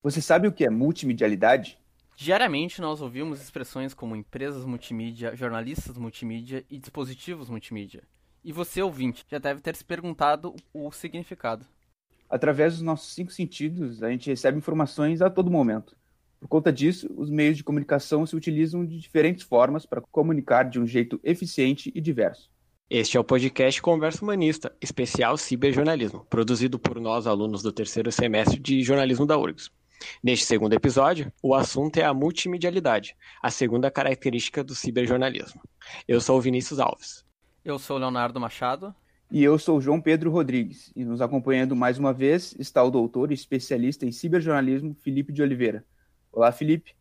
Você sabe o que é multimedialidade? Diariamente nós ouvimos expressões como empresas multimídia, jornalistas multimídia e dispositivos multimídia. E você, ouvinte, já deve ter se perguntado o significado. Através dos nossos cinco sentidos, a gente recebe informações a todo momento. Por conta disso, os meios de comunicação se utilizam de diferentes formas para comunicar de um jeito eficiente e diverso. Este é o podcast Conversa Humanista, especial Ciberjornalismo, produzido por nós, alunos do terceiro semestre de jornalismo da URGS. Neste segundo episódio, o assunto é a multimedialidade, a segunda característica do ciberjornalismo. Eu sou o Vinícius Alves. Eu sou o Leonardo Machado. E eu sou o João Pedro Rodrigues, e nos acompanhando mais uma vez está o doutor e especialista em ciberjornalismo, Felipe de Oliveira. Olá, Felipe.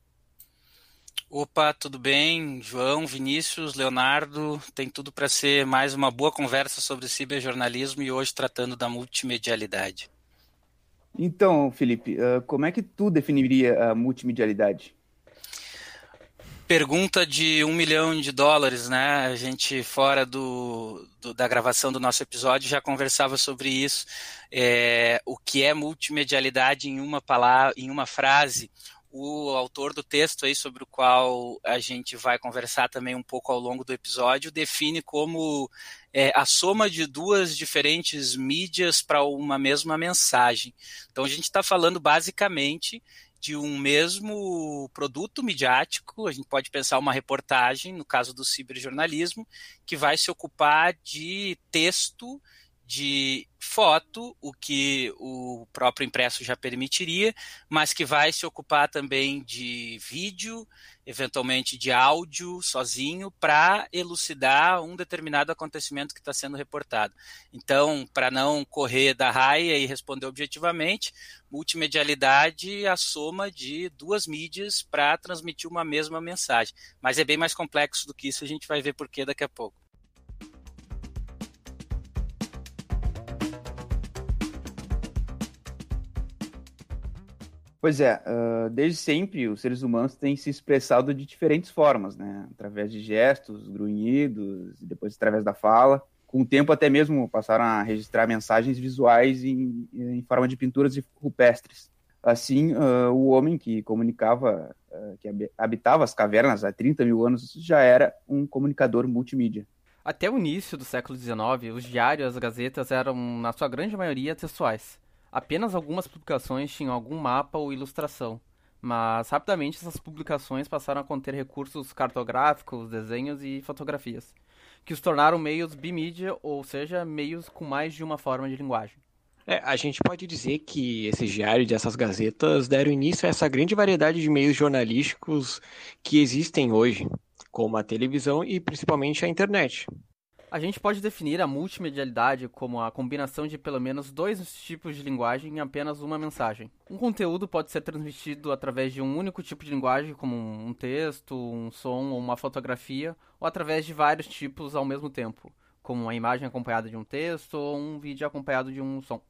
Opa, tudo bem? João, Vinícius, Leonardo, tem tudo para ser mais uma boa conversa sobre ciberjornalismo e hoje tratando da multimedialidade. Então, Felipe, como é que tu definiria a multimedialidade? Pergunta de $1 milhão, né? A gente, fora da gravação do nosso episódio, já conversava sobre isso. O que é multimedialidade em uma palavra, em uma frase. O autor do texto aí, sobre o qual a gente vai conversar também um pouco ao longo do episódio, define como a soma de duas diferentes mídias para uma mesma mensagem. Então a gente está falando basicamente de um mesmo produto midiático. A gente pode pensar uma reportagem, no caso do ciberjornalismo, que vai se ocupar de texto, de foto, o que o próprio impresso já permitiria, mas que vai se ocupar também de vídeo, eventualmente de áudio sozinho, para elucidar um determinado acontecimento que está sendo reportado. Então, para não correr da raia e responder objetivamente, multimedialidade é a soma de duas mídias para transmitir uma mesma mensagem. Mas é bem mais complexo do que isso, a gente vai ver por quê daqui a pouco. Pois é, desde sempre os seres humanos têm se expressado de diferentes formas, né? Através de gestos, grunhidos, e depois através da fala. Com o tempo até mesmo passaram a registrar mensagens visuais em forma de pinturas rupestres. Assim, o homem que comunicava, que habitava as cavernas há 30 mil anos, já era um comunicador multimídia. Até o início do século XIX, os diários e as gazetas eram, na sua grande maioria, textuais. Apenas algumas publicações tinham algum mapa ou ilustração, mas rapidamente essas publicações passaram a conter recursos cartográficos, desenhos e fotografias, que os tornaram meios bimídia, ou seja, meios com mais de uma forma de linguagem. A gente pode dizer que esses diários e essas gazetas deram início a essa grande variedade de meios jornalísticos que existem hoje, como a televisão e principalmente a internet. A gente pode definir a multimedialidade como a combinação de pelo menos dois tipos de linguagem em apenas uma mensagem. Um conteúdo pode ser transmitido através de um único tipo de linguagem, como um texto, um som ou uma fotografia, ou através de vários tipos ao mesmo tempo, como uma imagem acompanhada de um texto ou um vídeo acompanhado de um som.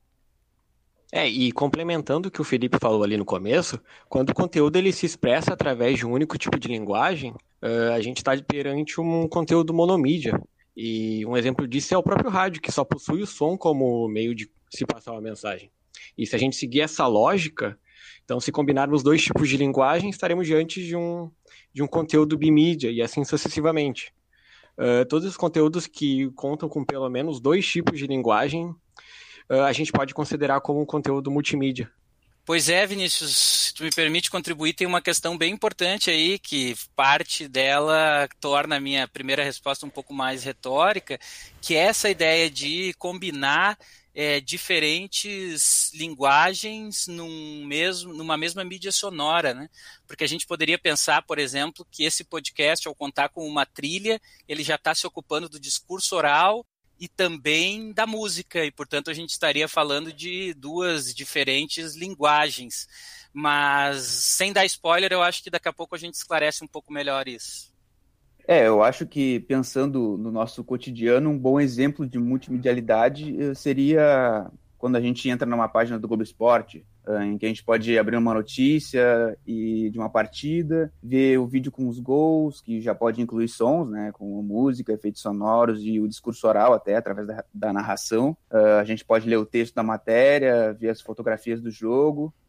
E complementando o que o Felipe falou ali no começo, quando o conteúdo ele se expressa através de um único tipo de linguagem, a gente está perante um conteúdo monomídia. E um exemplo disso é o próprio rádio, que só possui o som como meio de se passar uma mensagem. E se a gente seguir essa lógica, então se combinarmos dois tipos de linguagem, estaremos diante de um conteúdo bimídia e assim sucessivamente. Todos os conteúdos que contam com pelo menos dois tipos de linguagem, a gente pode considerar como um conteúdo multimídia. Pois é, Vinícius, se tu me permite contribuir, tem uma questão bem importante aí, que parte dela torna a minha primeira resposta um pouco mais retórica, que é essa ideia de combinar diferentes linguagens numa mesma mídia sonora, né? Porque a gente poderia pensar, por exemplo, que esse podcast, ao contar com uma trilha, ele já está se ocupando do discurso oral e também da música, e portanto a gente estaria falando de duas diferentes linguagens. Mas sem dar spoiler, eu acho que daqui a pouco a gente esclarece um pouco melhor isso. Eu acho que, pensando no nosso cotidiano, um bom exemplo de multimedialidade seria quando a gente entra numa página do Globo Esporte, em que a gente pode abrir uma notícia de uma partida, ver o vídeo com os gols, que já pode incluir sons, né, com música, efeitos sonoros e o discurso oral até, através da narração. A gente pode ler o texto da matéria, ver as fotografias do jogo.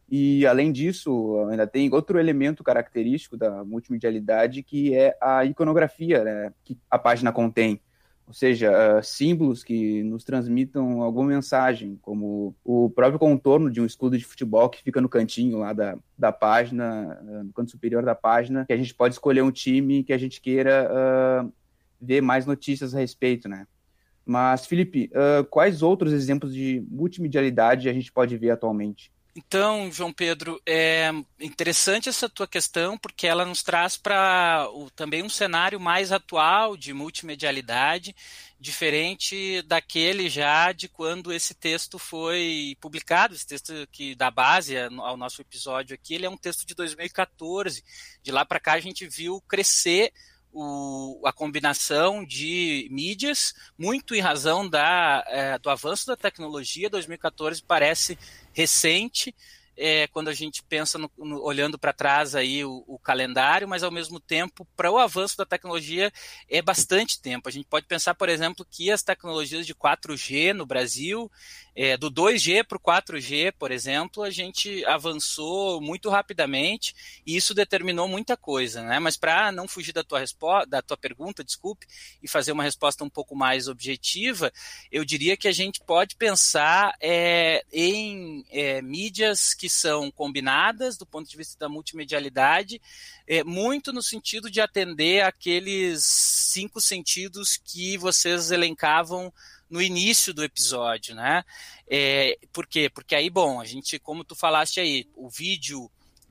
E, além disso, ainda tem outro elemento característico da multimedialidade, que é a iconografia, né, que a página contém. Ou seja, símbolos que nos transmitam alguma mensagem, como o próprio contorno de um escudo de futebol que fica no cantinho lá da página, no canto superior da página, que a gente pode escolher um time que a gente queira ver mais notícias a respeito, né? Mas, Felipe, quais outros exemplos de multimedialidade a gente pode ver atualmente? Então, João Pedro, é interessante essa tua questão, porque ela nos traz para também um cenário mais atual de multimedialidade, diferente daquele já de quando esse texto foi publicado. Esse texto que dá base ao nosso episódio aqui, ele é um texto de 2014. De lá para cá a gente viu crescer a combinação de mídias, muito em razão do avanço da tecnologia. 2014 parece recente, quando a gente pensa olhando para trás aí o calendário, mas ao mesmo tempo, para o avanço da tecnologia, é bastante tempo. A gente pode pensar, por exemplo, que as tecnologias de 4G no Brasil, do 2G para o 4G, por exemplo, a gente avançou muito rapidamente e isso determinou muita coisa, né? Mas para não fugir da tua pergunta, desculpe, e fazer uma resposta um pouco mais objetiva, eu diria que a gente pode pensar em mídias que são combinadas do ponto de vista da multimedialidade, muito no sentido de atender aqueles 5 sentidos que vocês elencavam no início do episódio, né? Por quê? Porque aí, bom, a gente, como tu falaste aí, o vídeo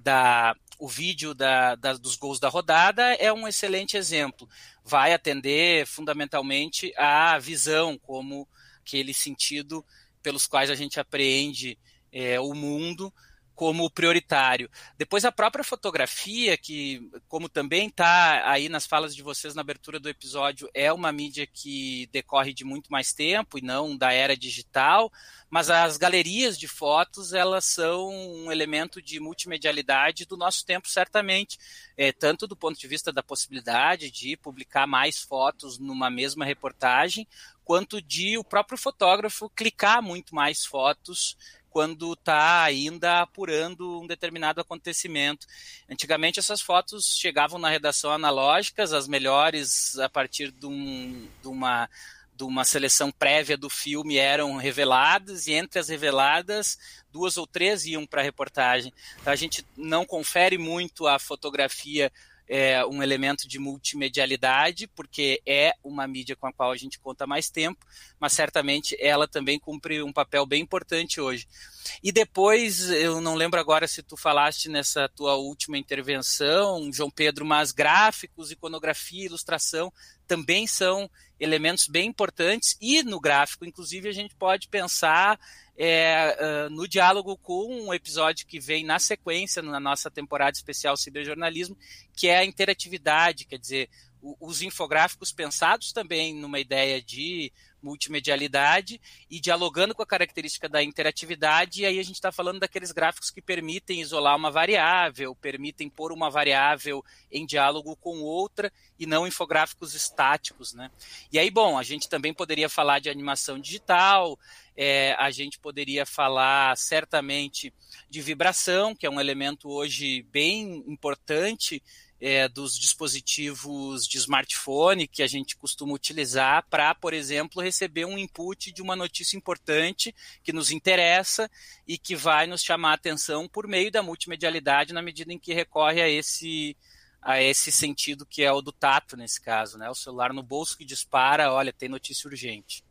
dos gols da rodada é um excelente exemplo. Vai atender fundamentalmente à visão, como aquele sentido pelos quais a gente apreende o mundo como prioritário. Depois a própria fotografia, que como também está aí nas falas de vocês na abertura do episódio, é uma mídia que decorre de muito mais tempo e não da era digital, mas as galerias de fotos, elas são um elemento de multimedialidade do nosso tempo, certamente, tanto do ponto de vista da possibilidade de publicar mais fotos numa mesma reportagem, quanto de o próprio fotógrafo clicar muito mais fotos quando está ainda apurando um determinado acontecimento. Antigamente essas fotos chegavam na redação analógicas, as melhores a partir de uma seleção prévia do filme eram reveladas, e entre as reveladas, 2 ou 3 iam para a reportagem. Então a gente não confere muito à fotografia um elemento de multimedialidade, porque é uma mídia com a qual a gente conta mais tempo, mas certamente ela também cumpre um papel bem importante hoje. E depois, eu não lembro agora se tu falaste nessa tua última intervenção, João Pedro, mas gráficos, iconografia, ilustração também são elementos bem importantes, e no gráfico, inclusive, a gente pode pensar no diálogo com um episódio que vem na sequência, na nossa temporada especial Ciberjornalismo, que é a interatividade, quer dizer, os infográficos pensados também numa ideia de multimedialidade e dialogando com a característica da interatividade, e aí a gente está falando daqueles gráficos que permitem isolar uma variável, permitem pôr uma variável em diálogo com outra, e não infográficos estáticos, né? E aí, bom, a gente também poderia falar de animação digital, a gente poderia falar certamente de vibração, que é um elemento hoje bem importante dos dispositivos de smartphone que a gente costuma utilizar para, por exemplo, receber um input de uma notícia importante que nos interessa e que vai nos chamar a atenção por meio da multimedialidade, na medida em que recorre a esse sentido que é o do tato nesse caso, né? O celular no bolso que dispara, olha, tem notícia urgente.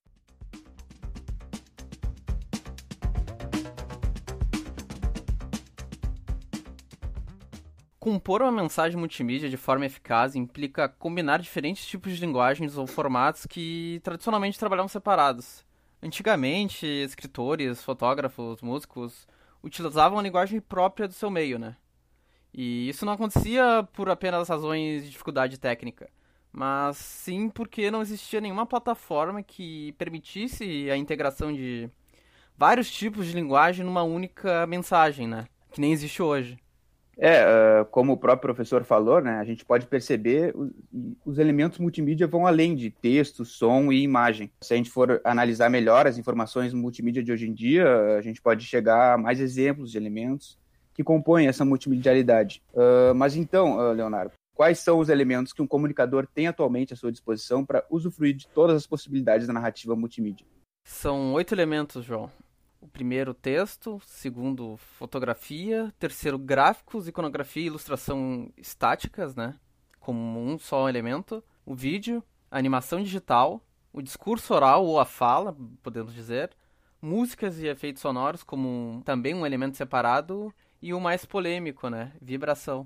Compor uma mensagem multimídia de forma eficaz implica combinar diferentes tipos de linguagens ou formatos que tradicionalmente trabalhavam separados. Antigamente, escritores, fotógrafos, músicos utilizavam a linguagem própria do seu meio, né? E isso não acontecia por apenas razões de dificuldade técnica, mas sim porque não existia nenhuma plataforma que permitisse a integração de vários tipos de linguagem numa única mensagem, né? Que nem existe hoje. Como o próprio professor falou, né, a gente pode perceber os elementos multimídia vão além de texto, som e imagem. Se a gente for analisar melhor as informações multimídia de hoje em dia, a gente pode chegar a mais exemplos de elementos que compõem essa multimedialidade. Mas então, Leonardo, quais são os elementos que um comunicador tem atualmente à sua disposição para usufruir de todas as possibilidades da narrativa multimídia? São 8 elementos, João. O primeiro, texto. Segundo, fotografia. Terceiro, gráficos, iconografia e ilustração estáticas, né? Como um só elemento. O vídeo, a animação digital, o discurso oral ou a fala, podemos dizer. Músicas e efeitos sonoros como também um elemento separado. E o mais polêmico, né? Vibração.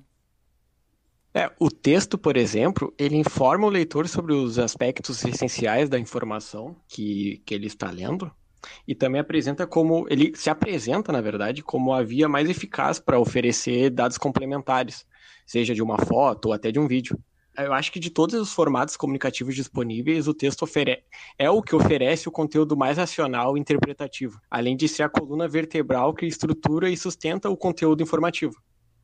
O texto, por exemplo, ele informa o leitor sobre os aspectos essenciais da informação que ele está lendo e também ele se apresenta, na verdade, como a via mais eficaz para oferecer dados complementares, seja de uma foto ou até de um vídeo. Eu acho que de todos os formatos comunicativos disponíveis, o texto é o que oferece o conteúdo mais racional e interpretativo, além de ser a coluna vertebral que estrutura e sustenta o conteúdo informativo.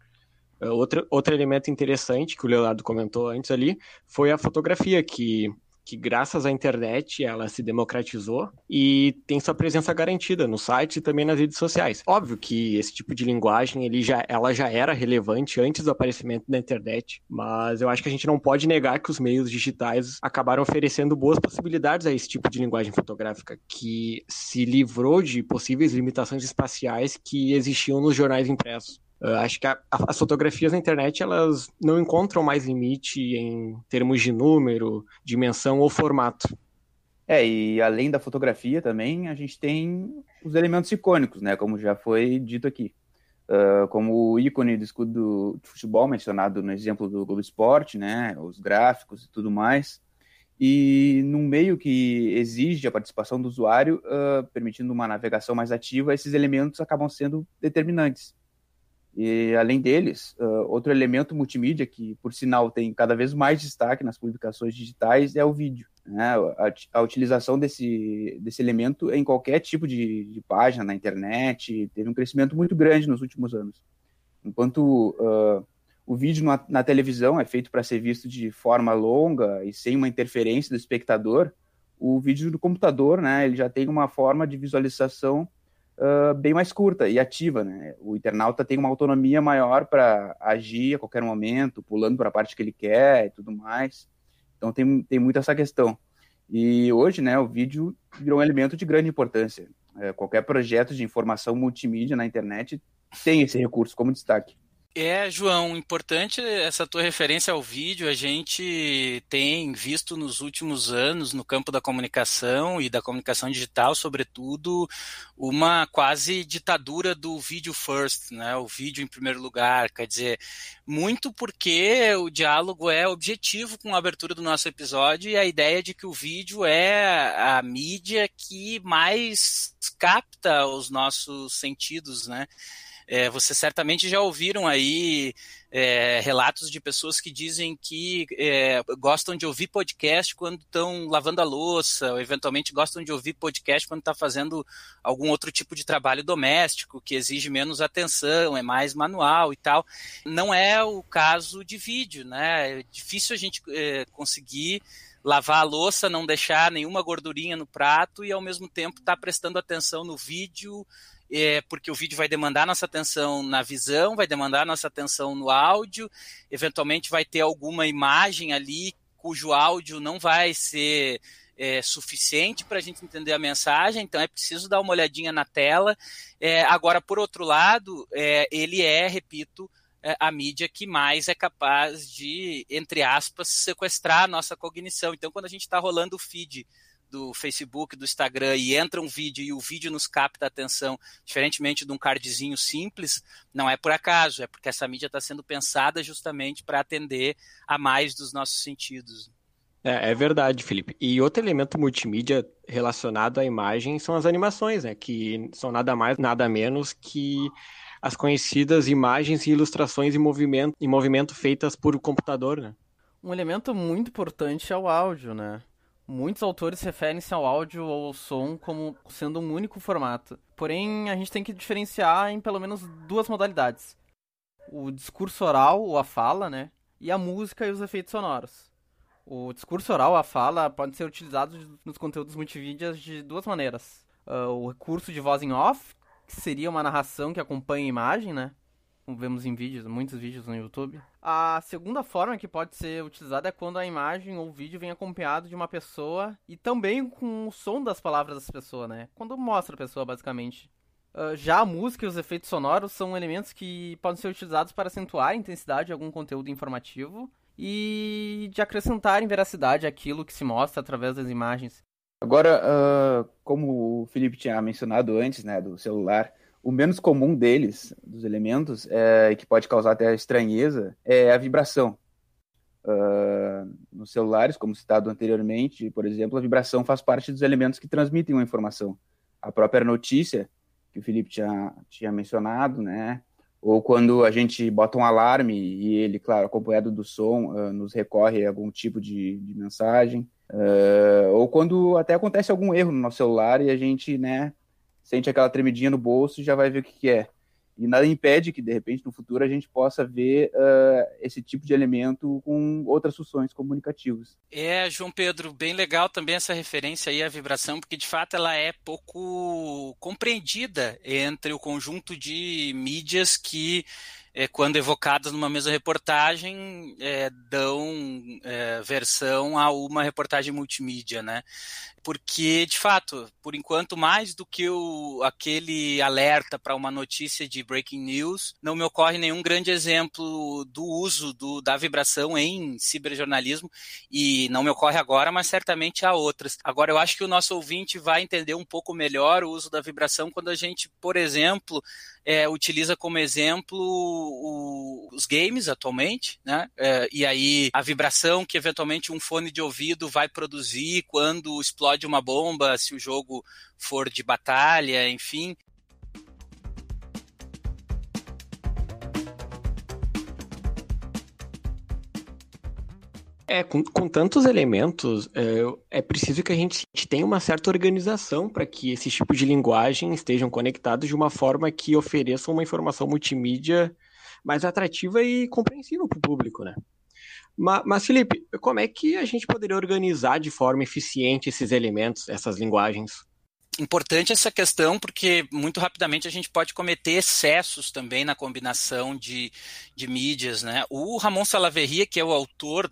Outro elemento interessante que o Leonardo comentou antes ali foi a fotografia, que graças à internet ela se democratizou e tem sua presença garantida no site e também nas redes sociais. Óbvio que esse tipo de linguagem ela já era relevante antes do aparecimento da internet, mas eu acho que a gente não pode negar que os meios digitais acabaram oferecendo boas possibilidades a esse tipo de linguagem fotográfica, que se livrou de possíveis limitações espaciais que existiam nos jornais impressos. Acho que as fotografias na internet elas não encontram mais limite em termos de número, dimensão ou formato. E além da fotografia também, a gente tem os elementos icônicos, né, como já foi dito aqui. Como o ícone do escudo de futebol, mencionado no exemplo do Globo Esporte, né, os gráficos e tudo mais. E num meio que exige a participação do usuário, permitindo uma navegação mais ativa, esses elementos acabam sendo determinantes. E, além deles, outro elemento multimídia que, por sinal, tem cada vez mais destaque nas publicações digitais é o vídeo. Né? A utilização desse elemento em qualquer tipo de página na internet teve um crescimento muito grande nos últimos anos. Enquanto o vídeo na televisão é feito para ser visto de forma longa e sem uma interferência do espectador, o vídeo do computador, né, ele já tem uma forma de visualização bem mais curta e ativa, né? O internauta tem uma autonomia maior para agir a qualquer momento, pulando para a parte que ele quer e tudo mais. Então tem muito essa questão. E hoje, né, o vídeo virou um elemento de grande importância. Qualquer projeto de informação multimídia na internet tem esse recurso como destaque. João, importante essa tua referência ao vídeo. A gente tem visto nos últimos anos, no campo da comunicação e da comunicação digital, sobretudo, uma quase ditadura do vídeo first, né? O vídeo em primeiro lugar, quer dizer, muito porque o diálogo é objetivo com a abertura do nosso episódio e a ideia de que o vídeo é a mídia que mais capta os nossos sentidos, né? Vocês certamente já ouviram aí relatos de pessoas que dizem que gostam de ouvir podcast quando estão lavando a louça, ou eventualmente gostam de ouvir podcast quando está fazendo algum outro tipo de trabalho doméstico, que exige menos atenção, é mais manual e tal. Não é o caso de vídeo, né? É difícil a gente conseguir lavar a louça, não deixar nenhuma gordurinha no prato e ao mesmo tempo estar prestando atenção no vídeo, porque o vídeo vai demandar nossa atenção na visão, vai demandar nossa atenção no áudio, eventualmente vai ter alguma imagem ali cujo áudio não vai ser suficiente para a gente entender a mensagem, então é preciso dar uma olhadinha na tela. Agora, por outro lado, ele repito, a mídia que mais é capaz de, entre aspas, sequestrar a nossa cognição. Então, quando a gente está rolando o feed do Facebook, do Instagram, e entra um vídeo e o vídeo nos capta a atenção, diferentemente de um cardzinho simples, não é por acaso, é porque essa mídia está sendo pensada justamente para atender a mais dos nossos sentidos. É verdade, Felipe. E outro elemento multimídia relacionado à imagem são as animações, né? Que são nada mais, nada menos que as conhecidas imagens e ilustrações em movimento feitas por computador, né? Um elemento muito importante é o áudio, né? Muitos autores referem-se ao áudio ou ao som como sendo um único formato. Porém, a gente tem que diferenciar em pelo menos duas modalidades. O discurso oral, ou a fala, né? E a música e os efeitos sonoros. O discurso oral, a fala, pode ser utilizado nos conteúdos multimídias de duas maneiras. O recurso de voz em off, que seria uma narração que acompanha a imagem, né? vemos em vídeos, muitos vídeos no YouTube. A segunda forma que pode ser utilizada é quando a imagem ou vídeo vem acompanhado de uma pessoa e também com o som das palavras dessa pessoa, né? Quando mostra a pessoa, basicamente. Já a música e os efeitos sonoros são elementos que podem ser utilizados para acentuar a intensidade de algum conteúdo informativo e de acrescentar em veracidade aquilo que se mostra através das imagens. Agora, como o Felipe tinha mencionado antes, né, do celular, o menos comum deles, dos elementos, que pode causar até estranheza, é a vibração. Nos celulares, como citado anteriormente, por exemplo, a vibração faz parte dos elementos que transmitem uma informação. A própria notícia, que o Felipe tinha mencionado, né, ou quando a gente bota um alarme e ele, claro, acompanhado do som, nos recorre a algum tipo de mensagem, ou quando até acontece algum erro no nosso celular e a gente, né, sente aquela tremidinha no bolso e já vai ver o que é. E nada impede que, de repente, no futuro a gente possa ver esse tipo de elemento com outras funções comunicativas. João Pedro, bem legal também essa referência aí à vibração, porque de fato ela é pouco compreendida entre o conjunto de mídias que, quando evocadas numa mesma reportagem, dão versão a uma reportagem multimídia, né? Porque, de fato, por enquanto, mais do que aquele alerta para uma notícia de breaking news, não me ocorre nenhum grande exemplo do uso da vibração em ciberjornalismo, e não me ocorre agora, mas certamente há outras. Agora, eu acho que o nosso ouvinte vai entender um pouco melhor o uso da vibração quando a gente, por exemplo, utiliza como exemplo os games atualmente, né? E aí a vibração que eventualmente um fone de ouvido vai produzir quando explode uma bomba, se o jogo for de batalha, enfim. Com tantos elementos, é preciso que a gente tenha uma certa organização para que esses tipos de linguagem estejam conectados de uma forma que ofereçam uma informação multimídia mais atrativa e compreensível para o público, né? Mas, Felipe, como é que a gente poderia organizar de forma eficiente esses elementos, essas linguagens? Importante essa questão, porque muito rapidamente a gente pode cometer excessos também na combinação de mídias, né? O Ramon Salaverria, que é o autor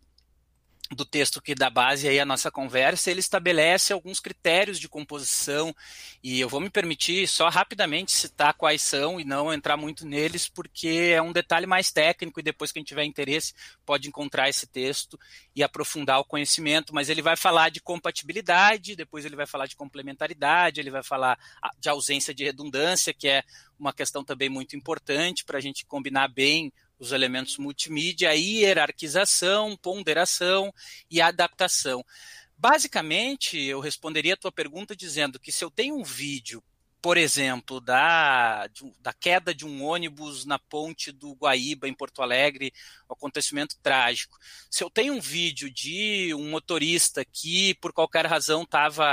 do texto que dá base aí à nossa conversa, ele estabelece alguns critérios de composição, e eu vou me permitir só rapidamente citar quais são e não entrar muito neles, porque é um detalhe mais técnico e depois que a gente tiver interesse pode encontrar esse texto e aprofundar o conhecimento, mas ele vai falar de compatibilidade, depois ele vai falar de complementaridade, ele vai falar de ausência de redundância, que é uma questão também muito importante para a gente combinar bem os elementos multimídia, hierarquização, ponderação e adaptação. Basicamente, eu responderia a tua pergunta dizendo que se eu tenho um vídeo, por exemplo, da queda de um ônibus na ponte do Guaíba, em Porto Alegre, um acontecimento trágico. Se eu tenho um vídeo de um motorista que, por qualquer razão, estava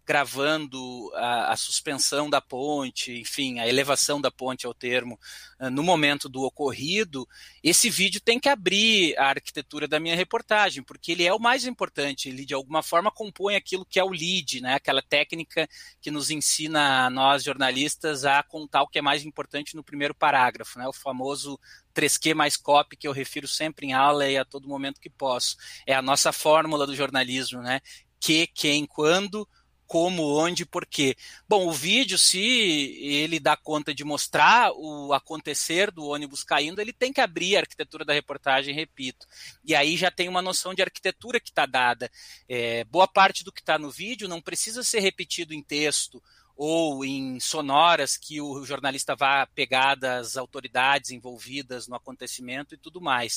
gravando a suspensão da ponte, enfim, a elevação da ponte é o termo, no momento do ocorrido, esse vídeo tem que abrir a arquitetura da minha reportagem, porque ele é o mais importante, ele de alguma forma compõe aquilo que é o lead, né? Aquela técnica que nos ensina a nós jornalistas a contar o que é mais importante no primeiro parágrafo, né? O famoso 3Q mais copy, que eu refiro sempre em aula e a todo momento que posso. É a nossa fórmula do jornalismo, né? Que, quem, quando, como, onde, por quê. Bom, o vídeo, se ele dá conta de mostrar o acontecer do ônibus caindo, ele tem que abrir a arquitetura da reportagem, repito. E aí já tem uma noção de arquitetura que está dada. Boa parte do que está no vídeo não precisa ser repetido em texto ou em sonoras que o jornalista vá pegar das autoridades envolvidas no acontecimento e tudo mais.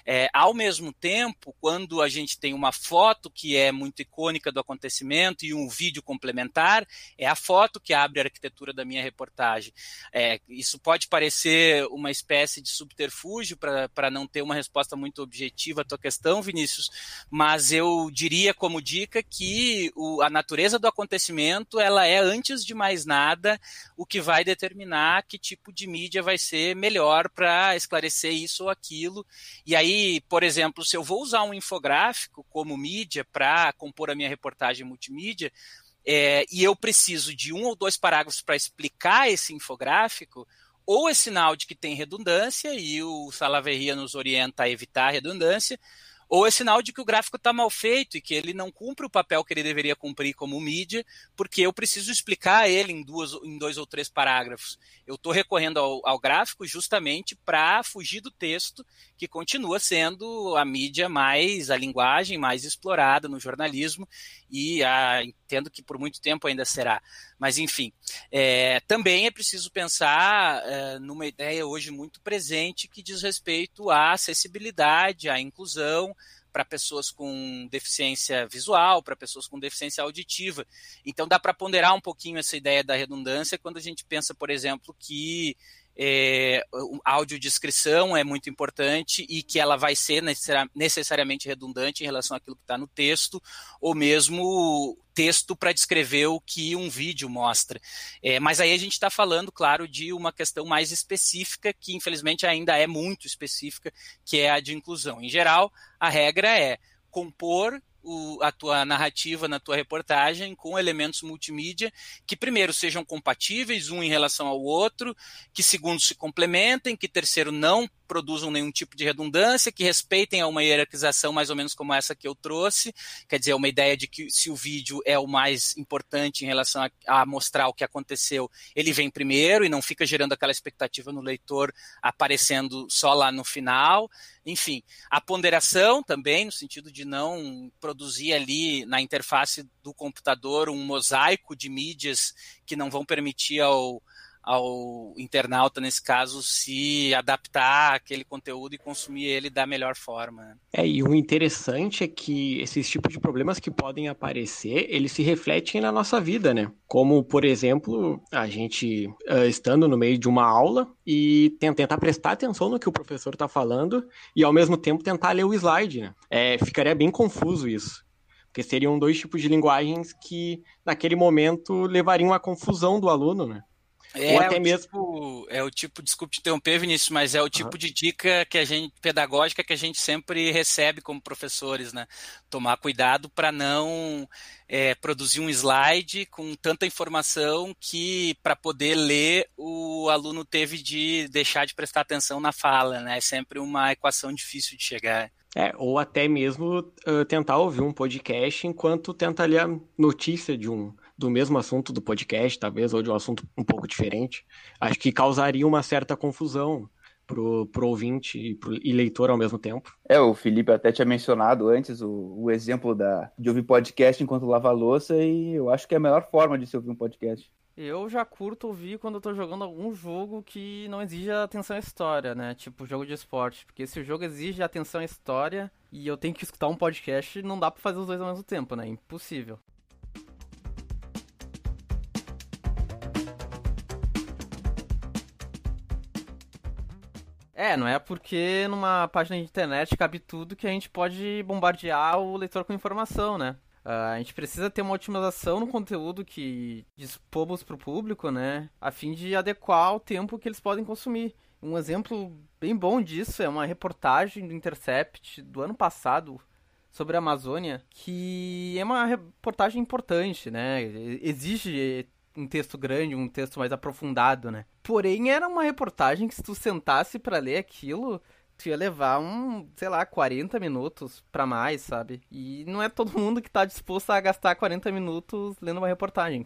Ao mesmo tempo, quando a gente tem uma foto que é muito icônica do acontecimento e um vídeo complementar, é a foto que abre a arquitetura da minha reportagem. Isso pode parecer uma espécie de subterfúgio para não ter uma resposta muito objetiva à tua questão, Vinícius, mas eu diria como dica que a natureza do acontecimento ela é, antes de mais nada, o que vai determinar que tipo de mídia vai ser melhor para esclarecer isso ou aquilo. E aí, por exemplo, se eu vou usar um infográfico como mídia para compor a minha reportagem multimídia, e eu preciso de 1 ou 2 parágrafos para explicar esse infográfico, ou é sinal de que tem redundância, e o Salaverria nos orienta a evitar a redundância, ou é sinal de que o gráfico está mal feito e que ele não cumpre o papel que ele deveria cumprir como mídia, porque eu preciso explicar ele em 2 ou 3 parágrafos. Eu estou recorrendo ao gráfico justamente para fugir do texto, que continua sendo a mídia a linguagem mais explorada no jornalismo, e entendo que por muito tempo ainda será. Mas, enfim, também é preciso pensar numa ideia hoje muito presente que diz respeito à acessibilidade, à inclusão para pessoas com deficiência visual, para pessoas com deficiência auditiva. Então, dá para ponderar um pouquinho essa ideia da redundância quando a gente pensa, por exemplo, que a audiodescrição é muito importante e que ela vai ser necessariamente redundante em relação àquilo que está no texto, ou mesmo texto para descrever o que um vídeo mostra. Mas aí a gente está falando, claro, de uma questão mais específica, que infelizmente ainda é muito específica, que é a de inclusão. Em geral, a regra é compor a tua narrativa na tua reportagem com elementos multimídia que, primeiro, sejam compatíveis um em relação ao outro, que, segundo, se complementem, que, terceiro, não produzam nenhum tipo de redundância, que respeitem a uma hierarquização mais ou menos como essa que eu trouxe, quer dizer, uma ideia de que se o vídeo é o mais importante em relação a mostrar o que aconteceu, ele vem primeiro e não fica gerando aquela expectativa no leitor aparecendo só lá no final. Enfim, a ponderação também, no sentido de não produzir ali na interface do computador um mosaico de mídias que não vão permitir ao internauta, nesse caso, se adaptar àquele conteúdo e consumir ele da melhor forma. E o interessante é que esses tipos de problemas que podem aparecer, eles se refletem na nossa vida, né? Como, por exemplo, a gente estando no meio de uma aula e tentar prestar atenção no que o professor está falando e, ao mesmo tempo, tentar ler o slide, né? Ficaria bem confuso isso. Porque seriam 2 tipos de linguagens que, naquele momento, levariam à confusão do aluno, né? Ou até mesmo... desculpe te interromper, Vinícius, mas é o tipo de dica pedagógica que a gente sempre recebe como professores, né? Tomar cuidado para não produzir um slide com tanta informação que, para poder ler, o aluno teve de deixar de prestar atenção na fala, né? É sempre uma equação difícil de chegar. Ou até mesmo tentar ouvir um podcast enquanto tenta ler a notícia do mesmo assunto do podcast, talvez, ou de um assunto um pouco diferente. Acho que causaria uma certa confusão pro ouvinte e leitor ao mesmo tempo. O Felipe até tinha mencionado antes o exemplo de ouvir podcast enquanto lava a louça, e eu acho que é a melhor forma de se ouvir um podcast. Eu já curto ouvir quando eu tô jogando algum jogo que não exige atenção à história, né? Tipo jogo de esporte. Porque se o jogo exige atenção à história e eu tenho que escutar um podcast, não dá pra fazer os dois ao mesmo tempo, né? Impossível. Não é porque numa página de internet cabe tudo que a gente pode bombardear o leitor com informação, né? A gente precisa ter uma otimização no conteúdo que dispomos para o público, né? A fim de adequar o tempo que eles podem consumir. Um exemplo bem bom disso é uma reportagem do Intercept do ano passado sobre a Amazônia, que é uma reportagem importante, né? Exige um texto grande, um texto mais aprofundado, né? Porém, era uma reportagem que se tu sentasse para ler aquilo, tu ia levar 40 minutos pra mais, sabe? E não é todo mundo que tá disposto a gastar 40 minutos lendo uma reportagem.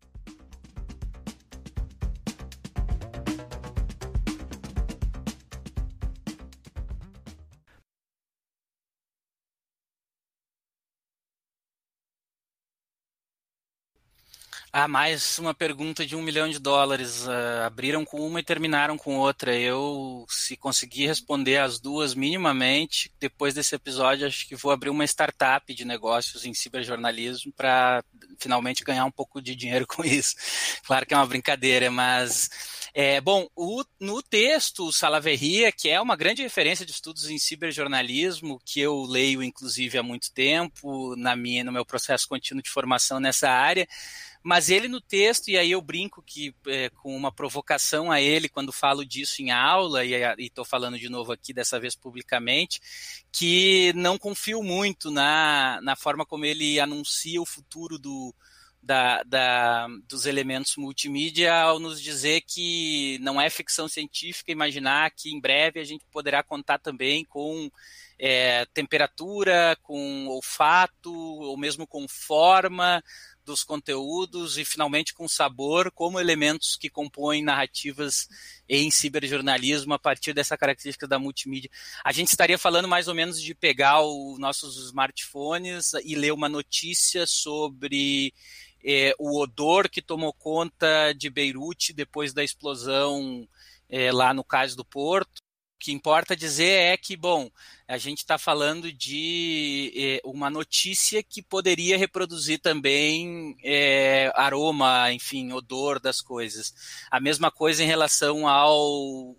Mais uma pergunta de $1 milhão. Abriram com uma e terminaram com outra. Eu, se conseguir responder as duas minimamente, depois desse episódio, acho que vou abrir uma startup de negócios em ciberjornalismo para finalmente ganhar um pouco de dinheiro com isso. Claro que é uma brincadeira, mas... no texto, o Salaverria, que é uma grande referência de estudos em ciberjornalismo, que eu leio, inclusive, há muito tempo, no meu processo contínuo de formação nessa área, mas ele no texto, e aí eu brinco que com uma provocação a ele quando falo disso em aula, e estou falando de novo aqui, dessa vez publicamente, que não confio muito na forma como ele anuncia o futuro do dos elementos multimídia ao nos dizer que não é ficção científica imaginar que em breve a gente poderá contar também com temperatura, com olfato, ou mesmo com forma dos conteúdos e finalmente com sabor como elementos que compõem narrativas em ciberjornalismo a partir dessa característica da multimídia. A gente estaria falando mais ou menos de pegar os nossos smartphones e ler uma notícia sobre o odor que tomou conta de Beirute depois da explosão lá no Cais do Porto. O que importa dizer é que, bom, a gente está falando de uma notícia que poderia reproduzir também aroma, enfim, odor das coisas. A mesma coisa em relação ao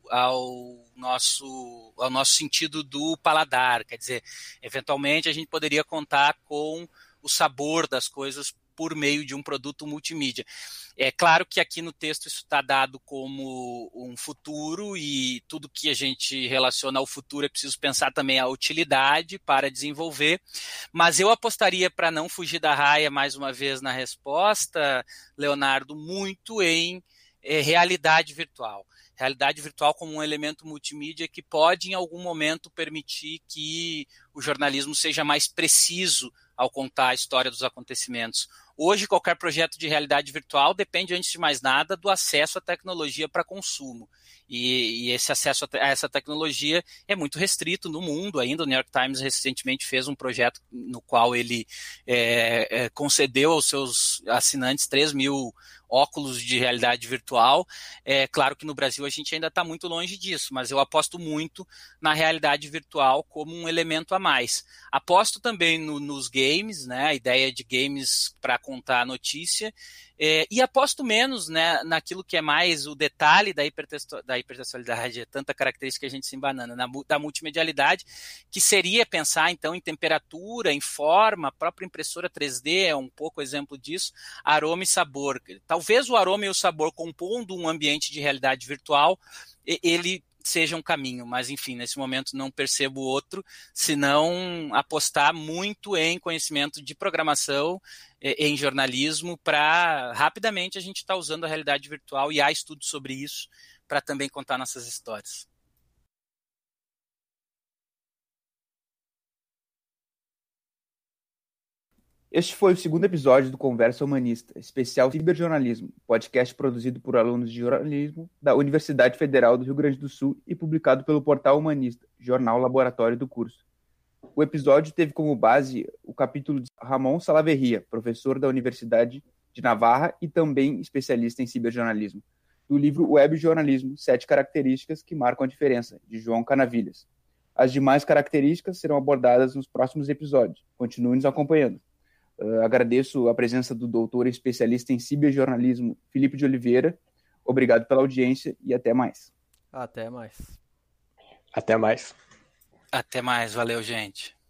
nosso sentido do paladar, quer dizer, eventualmente a gente poderia contar com o sabor das coisas por meio de um produto multimídia. É claro que aqui no texto isso está dado como um futuro e tudo que a gente relaciona ao futuro é preciso pensar também a utilidade para desenvolver, mas eu apostaria, para não fugir da raia mais uma vez na resposta, Leonardo, muito em realidade virtual. Realidade virtual como um elemento multimídia que pode em algum momento permitir que o jornalismo seja mais preciso ao contar a história dos acontecimentos. Hoje, qualquer projeto de realidade virtual depende, antes de mais nada, do acesso à tecnologia para consumo. E esse acesso a essa tecnologia é muito restrito no mundo ainda. O New York Times recentemente fez um projeto no qual ele concedeu aos seus assinantes 3.000 óculos de realidade virtual. É claro que no Brasil a gente ainda está muito longe disso, mas eu aposto muito na realidade virtual como um elemento a mais. Aposto também nos games, né, a ideia de games para contar a notícia, e aposto menos, né, naquilo que é mais o detalhe da hipertextualidade, é tanta característica que a gente se embanana, da multimedialidade, que seria pensar então em temperatura, em forma, a própria impressora 3D é um pouco exemplo disso, aroma e sabor. Talvez o aroma e o sabor compondo um ambiente de realidade virtual, ele seja um caminho, mas enfim, nesse momento não percebo outro, senão apostar muito em conhecimento de programação, em jornalismo, para rapidamente a gente estar usando a realidade virtual, e há estudos sobre isso, para também contar nossas histórias. Este foi o segundo episódio do Conversa Humanista, especial Ciberjornalismo, podcast produzido por alunos de jornalismo da Universidade Federal do Rio Grande do Sul e publicado pelo Portal Humanista, jornal laboratório do curso. O episódio teve como base o capítulo de Ramon Salaverria, professor da Universidade de Navarra e também especialista em ciberjornalismo, do livro Web Jornalismo, 7 características que marcam a diferença, de João Canavilhas. As demais características serão abordadas nos próximos episódios. Continue nos acompanhando. Agradeço a presença do doutor especialista em ciberjornalismo, Felipe de Oliveira. Obrigado pela audiência e até mais. Até mais. Até mais. Até mais, valeu, gente.